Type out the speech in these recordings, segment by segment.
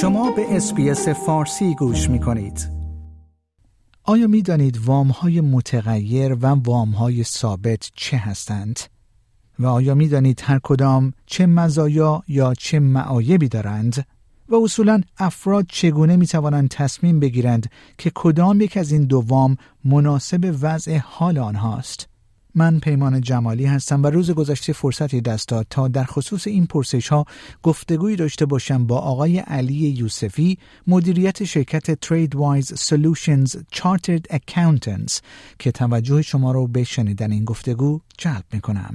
شما به اس‌بی‌اس فارسی گوش می‌کنید. آیا می‌دانید وام‌های متغیر و وام‌های ثابت چه هستند؟ و آیا می‌دانید هر کدام چه مزایا یا چه معایبی دارند؟ و اصولاً افراد چگونه می‌توانند تصمیم بگیرند که کدام یک از این دو وام مناسب وضع حال آنهاست؟ من پیمان جمالی هستم و روز گذشته فرصتی دست داد تا در خصوص این پرسش‌ها گفتگویی داشته باشم با آقای علی یوسفی، مدیریت شرکت TradeWise Solutions Chartered Accountants که توجه شما رو به شنیدن این گفتگو جلب می‌کنم.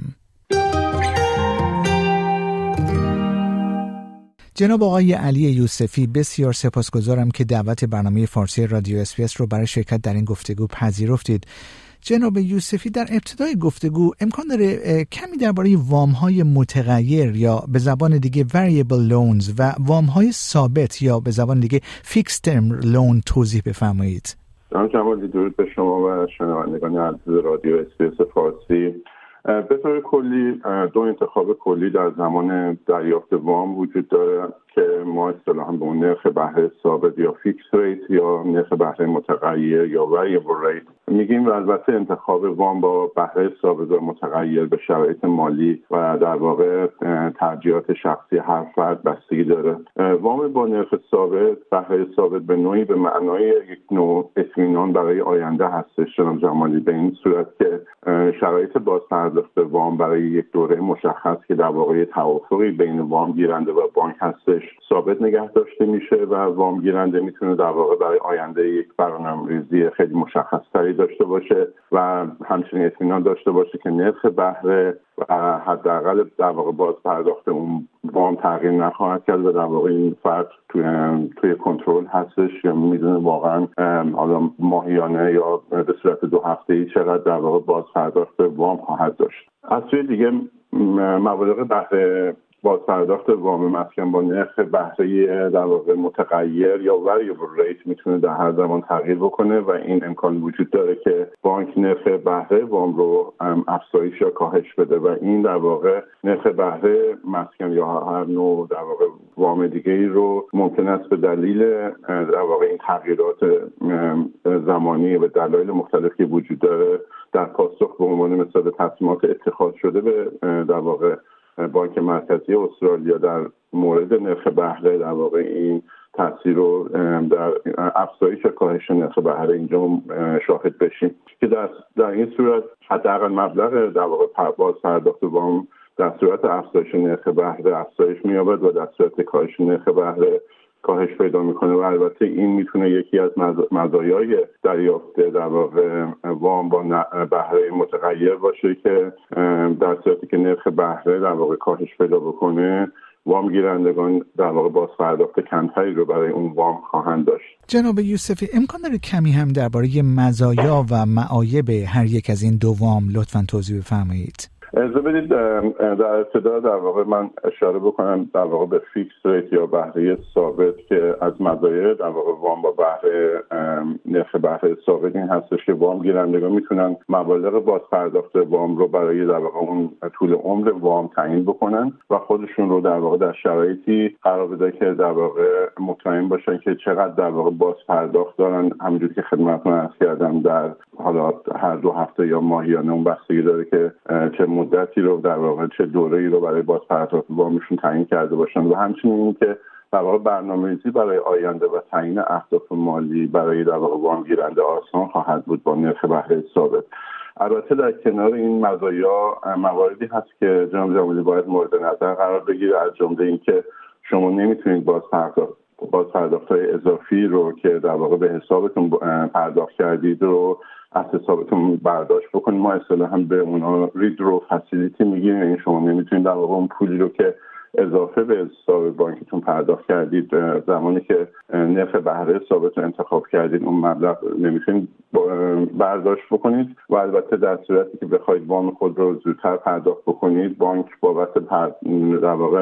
جناب آقای علی یوسفی، بسیار سپاسگزارم که دعوت برنامه فارسی رادیو اس‌بی‌اس رو برای شرکت در این گفتگو پذیرفتید. جناب یوسفی، در ابتدای گفتگو امکان داره کمی درباره وام‌های متغیر یا به زبان دیگه variable loans و وام‌های ثابت یا به زبان دیگه fixed term loan توضیح بفرمایید. جناب جمالی، درود به شما و شنوندگان عزیز رادیو اس‌بی‌اس فارسی. به طور کلی دو انتخاب کلی در زمان دریافت وام وجود داره که ما اصطلاحاً به اون نرخ بهره ثابت یا فیکس ریت یا نرخ بهره متغیر یا وریبل ریت میگیم و البته انتخاب وام با بهره ثابت و متغیر به شرایط مالی و در واقع ترجیحات شخصی هر فرد بستگی داره. وام با نرخ ثابت، بهره ثابت به نوعی به معنای یک نوع اطمینان برای آینده هستش جناب جمالی، به این صورت که شرایط بازپرداخت وام برای یک دوره مشخص که در واقع توافقی بین وام گیرنده و بانک هستش ثابت نگه داشته میشه و وام گیرنده میتونه در واقع برای آینده یک برنامه‌ریزی خیلی مشخص‌تری داشته باشه و همچنین اطمینان داشته باشه که نرخ بهره و حداقل در واقع بازپرداخت اون وام تغییر نخواهد کرد و در واقع این فرد توی کنترل هستش یا میدونه واقعا حالا ماهیانه یا به صورت 2 هفته‌ای چقدر در واقع بازپرداخت وام خواهد داشت. از سوی دیگه مبالغ بهره بازپرداخت وام مسکن با نرخ بهره در واقع متغیر یا variable rate میتونه در هر زمان تغییر بکنه و این امکان وجود داره که بانک نرخ بهره وام رو افزایش یا کاهش بده و این در واقع نرخ بهره مسکن یا هر نوع در واقع وام دیگه‌ای رو ممکن است به دلیل در واقع این تغییرات زمانی و دلایل مختلفی وجود داره در پاسخ به عنوان مثال تصمیمات اتخاذ شده به در واقع بانک مرکزی استرالیا در مورد نرخ بهره در واقع این تاثیر رو در افزایش و کاهش نرخ بهره اینجا شاهد بشیم که در این صورت حداقل مبلغ در واقع بازپرداخت وام در صورت افزایش نرخ بهره افزایش می‌یابد و در صورت کاهش نرخ بهره کاهش پیدا میکنه و البته این میتونه یکی از مزایای دریافت در واقع وام با بهره متغیر باشه که در صورتی که نرخ بهره در واقع کاهش پیدا بکنه وام گیرندگان در واقع بازپرداخت کمتری رو برای اون وام خواهند داشت. جناب یوسفی، امکان داره کمی هم درباره مزایا و معایب هر یک از این دو وام لطفاً توضیح بفرمایید؟ اجازه بدید در ابتدا در واقع من اشاره بکنم در واقع به فیکس ریت یا بهره ثابت که از مزایای در واقع وام با بهره نرخ بهره ثابت این هستش که وام گیرندگان میتونن مبالغ بازپرداخت وام رو برای در واقع اون طول عمر وام تعیین بکنن و خودشون رو در واقع در شرایطی قرار بده که در واقع مطمئن باشن که چقدر در واقع بازپرداخت دارن. همونجوری که خدمتتون عرض کردم در حالا هر 2 هفته یا ماهیانه اون بستگی داره که چه مدتی رو در واقع چه دوره‌ای رو برای بازپرداخت وامشون تعیین کرده باشن و همچنین این که در واقع برنامه‌ریزی برای آینده و تعیین اهداف مالی برای در واقع وام گیرنده آسان خواهد بود با نرخ بهره ثابت. البته در کنار این مزایا مواردی هست که جناب جمالی باید مورد نظر قرار بگیره، از جمله اینکه شما نمیتونید بازپرداخت‌های اضافی رو که در واقع به حسابتون پرداخت کردید رو از حسابتون برداشت بکنید. ما اصطلاحاً به اونا ریدرو فسیلیتی میگیم، یعنی شما نمیتونید در واقع اون پولی رو که اضافه به حساب بانکتون پرداخت کردید زمانی که نرخ بهره ثابت رو انتخاب کردید اون مبلغ نمیتونید برداشت بکنید و البته در صورتی که بخواید وام خود رو زودتر پرداخت بکنید بانک بابت در واقع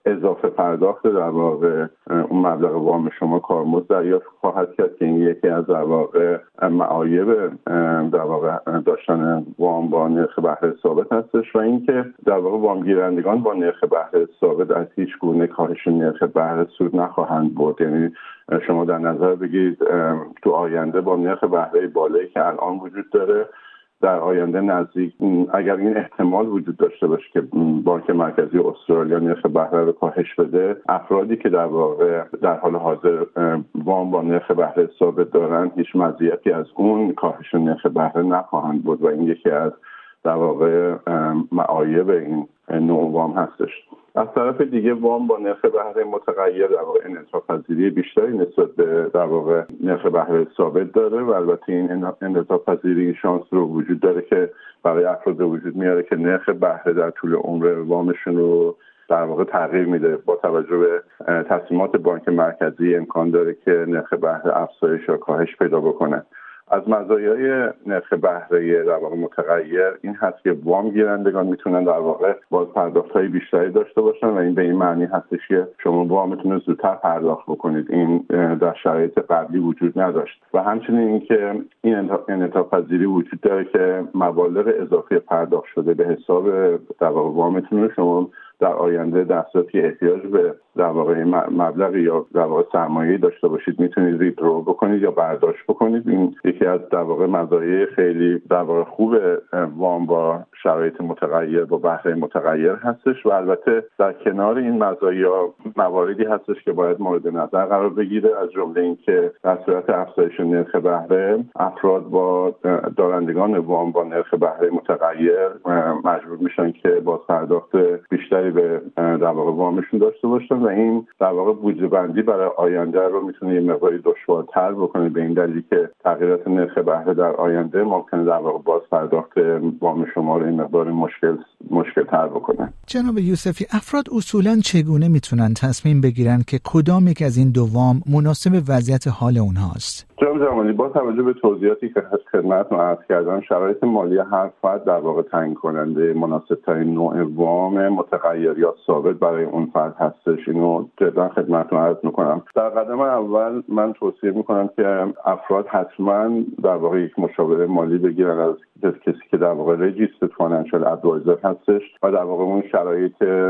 اضافه پرداخت در واقع اون مبلغ وام شما کارمزد دریافت خواهد کرد که این یکی از در واقع معایب در واقع داشتن وام با نرخ بهره ثابت هستش و اینکه در واقع وام گیرندگان با نرخ بهره ثابت از هیچ گونه کاهش نرخ بهره سود نخواهند برد. یعنی شما در نظر بگیرید تو آینده با نرخ بهره بالایی که الان وجود داره در آینده نزدیک اگر این احتمال وجود داشته باشه که بانک مرکزی استرالیا نرخ بهره رو کاهش بده، افرادی که در واقع در حال حاضر وام با نرخ بهره ثابت دارن هیچ مزیتی از اون کاهش نرخ بهره نخواهند بود و این یکی از در واقع معایب این نوع وام هستش. از طرف دیگه وام با نرخ بهره متغیر در واقع انعطاف‌پذیری بیشتری نسبت به در واقع نرخ بهره ثابت داره و البته این انعطاف‌پذیری شانس رو وجود داره که برای افراد وجود میاره که نرخ بهره در طول عمر وامشون رو در واقع تغییر میده. با توجه به تصمیمات بانک مرکزی امکان داره که نرخ بهره افزایش یا کاهش پیدا بکنه. از مزایای نرخ بهره در واقع متغیر این هست که وام گیرندگان میتونن در واقع باز پرداخت‌های بیشتری داشته باشن و این به این معنی هستش که شما وامتون رو زودتر پرداخت بکنید. این در شرایط قبلی وجود نداشت و همچنین اینکه این انعطاف‌پذیری وجود داره که مبالغ اضافی پرداخت شده به حساب در واقع وامتون رو شما در آینده در صورتی احتیاج به در واقع مبلغی یا در واقع سرمایه‌ای داشته باشید میتونید ریدرو بکنید یا برداشت بکنید. این یکی از در واقع مزایای خیلی در واقع خوب وام با شرایط متغیر با بهره متغیر هستش و البته در کنار این مزایا مواردی هستش که باید مورد نظر قرار بگیره، از جمله اینکه در صورت افزایش نرخ بهره افراد با دارندگان وام با نرخ بهره متغیر مجبور میشن که باز پرداخت بیشتری به در واقع وامشون داشته باشن و این در واقع بودجه بندی برای آینده رو میتونه یه مقداری دشوارتر بکنه به این دلیل که تغییرات نرخ بهره در آینده ممکنه در واقع باز پرداخت وام شما رو این مقدار مشکل تر بکنه. جناب یوسفی، افراد اصولاً چگونه میتونن تصمیم بگیرن که کدام یک از این دو وام مناسب وضعیت حال اونهاست؟ جناب جمالی، با توجه به توضیحاتی که خدمتتون عرض کردم شرایط مالی هر فرد در واقع تعیین کننده مناسب ترین نوع وام متغیر یا ثابت برای اون فرد هستش. اینو جدا خدمتتون عرض میکنم. در قدم اول من توصیه میکنم که افراد حتما در واقع یک مشاوره مالی بگیرن از کسی که در واقع رجیسترد فینانشال ادوایزر هستش و در واقع اون شرایط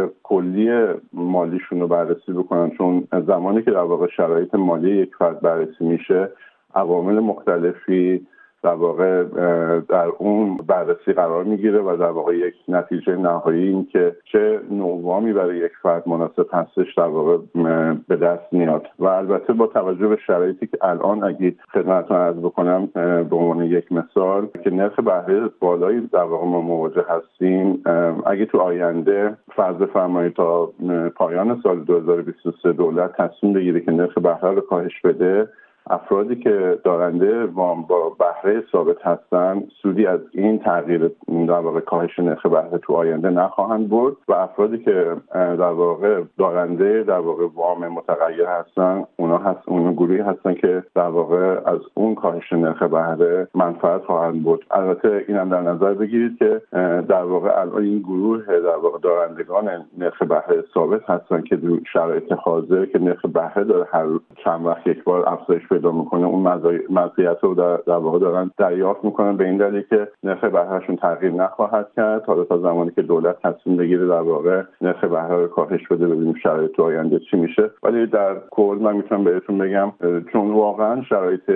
کلی مالیشون رو بررسی بکنن، چون زمانی که در واقع شرایط مالی یک فرد بررسی میشه عوامل مختلفی در واقع در اون بررسی قرار میگیره و در واقع یک نتیجه نهایی این که چه نوع وامی برای یک فرد مناسب هستش در واقع به دست میاد و البته با توجه به شرایطی که الان اگه خدمتتون عرض بکنم به عنوان یک مثال که نرخ بهره بالایی در واقع ما مواجه هستیم، اگه تو آینده فرض فرمایید تا پایان سال 2023 دولت تصمیم بگیره که نرخ بهره رو کاهش بده، افرادی که دارنده وام با بهره ثابت هستن سودی از این تغییر در واقع کاهش نرخ بهره تو آینده نخواهند برد و افرادی که در واقع دارنده در واقع وام متغیر هستن اونا گروهی هستن که در واقع از اون کاهش نرخ بهره منفعت خواهند برد. البته اینم در نظر بگیرید که در واقع الان این گروه در واقع دارندگان نرخ بهره ثابت هستن که در شرایط حاضر که نرخ بهره داره هر چند وقت یک بار افزایش پیدا میکنه اون مزیت رو در واقع دارن دریافت میکنن به این دلیل که نرخ بهرهشون تغییر نخواهد کرد تا زمانی که دولت تصمیم بگیره در واقع نرخ بهره رو کاهش بده. ببینیم شرایط آینده چی میشه. ولی در کل من میتونم بهتون بگم چون واقعا شرایط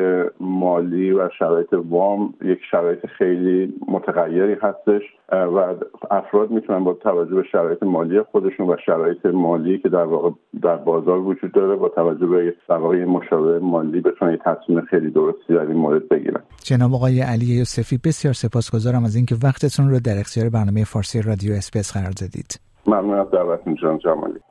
مالی و شرایط وام یک شرایط خیلی متغیری هستش و افراد میتونن با توجه به شرایط مالی خودشون و شرایط مالی که در واقع در بازار وجود داره با توجه به در واقع مشاوره مالی بتونن تصمیم خیلی درستی در این مورد بگیرن. جناب آقای علی یوسفی، بسیار سپاسگزارم از اینکه وقتتون رو در اختیار برنامه فارسی رادیو اس‌بی‌اس قرار دادید. ممنون از دعوتتون جناب جمالی.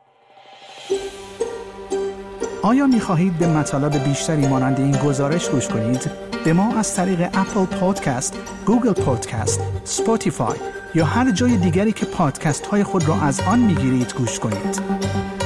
آیا می‌خواهید به مطالب بیشتری مانند این گزارش گوش کنید؟ به ما از طریق اپل پادکست، گوگل پادکست، اسپاتیفای یا هر جای دیگری که پادکست‌های خود را از آن می‌گیرید گوش کنید.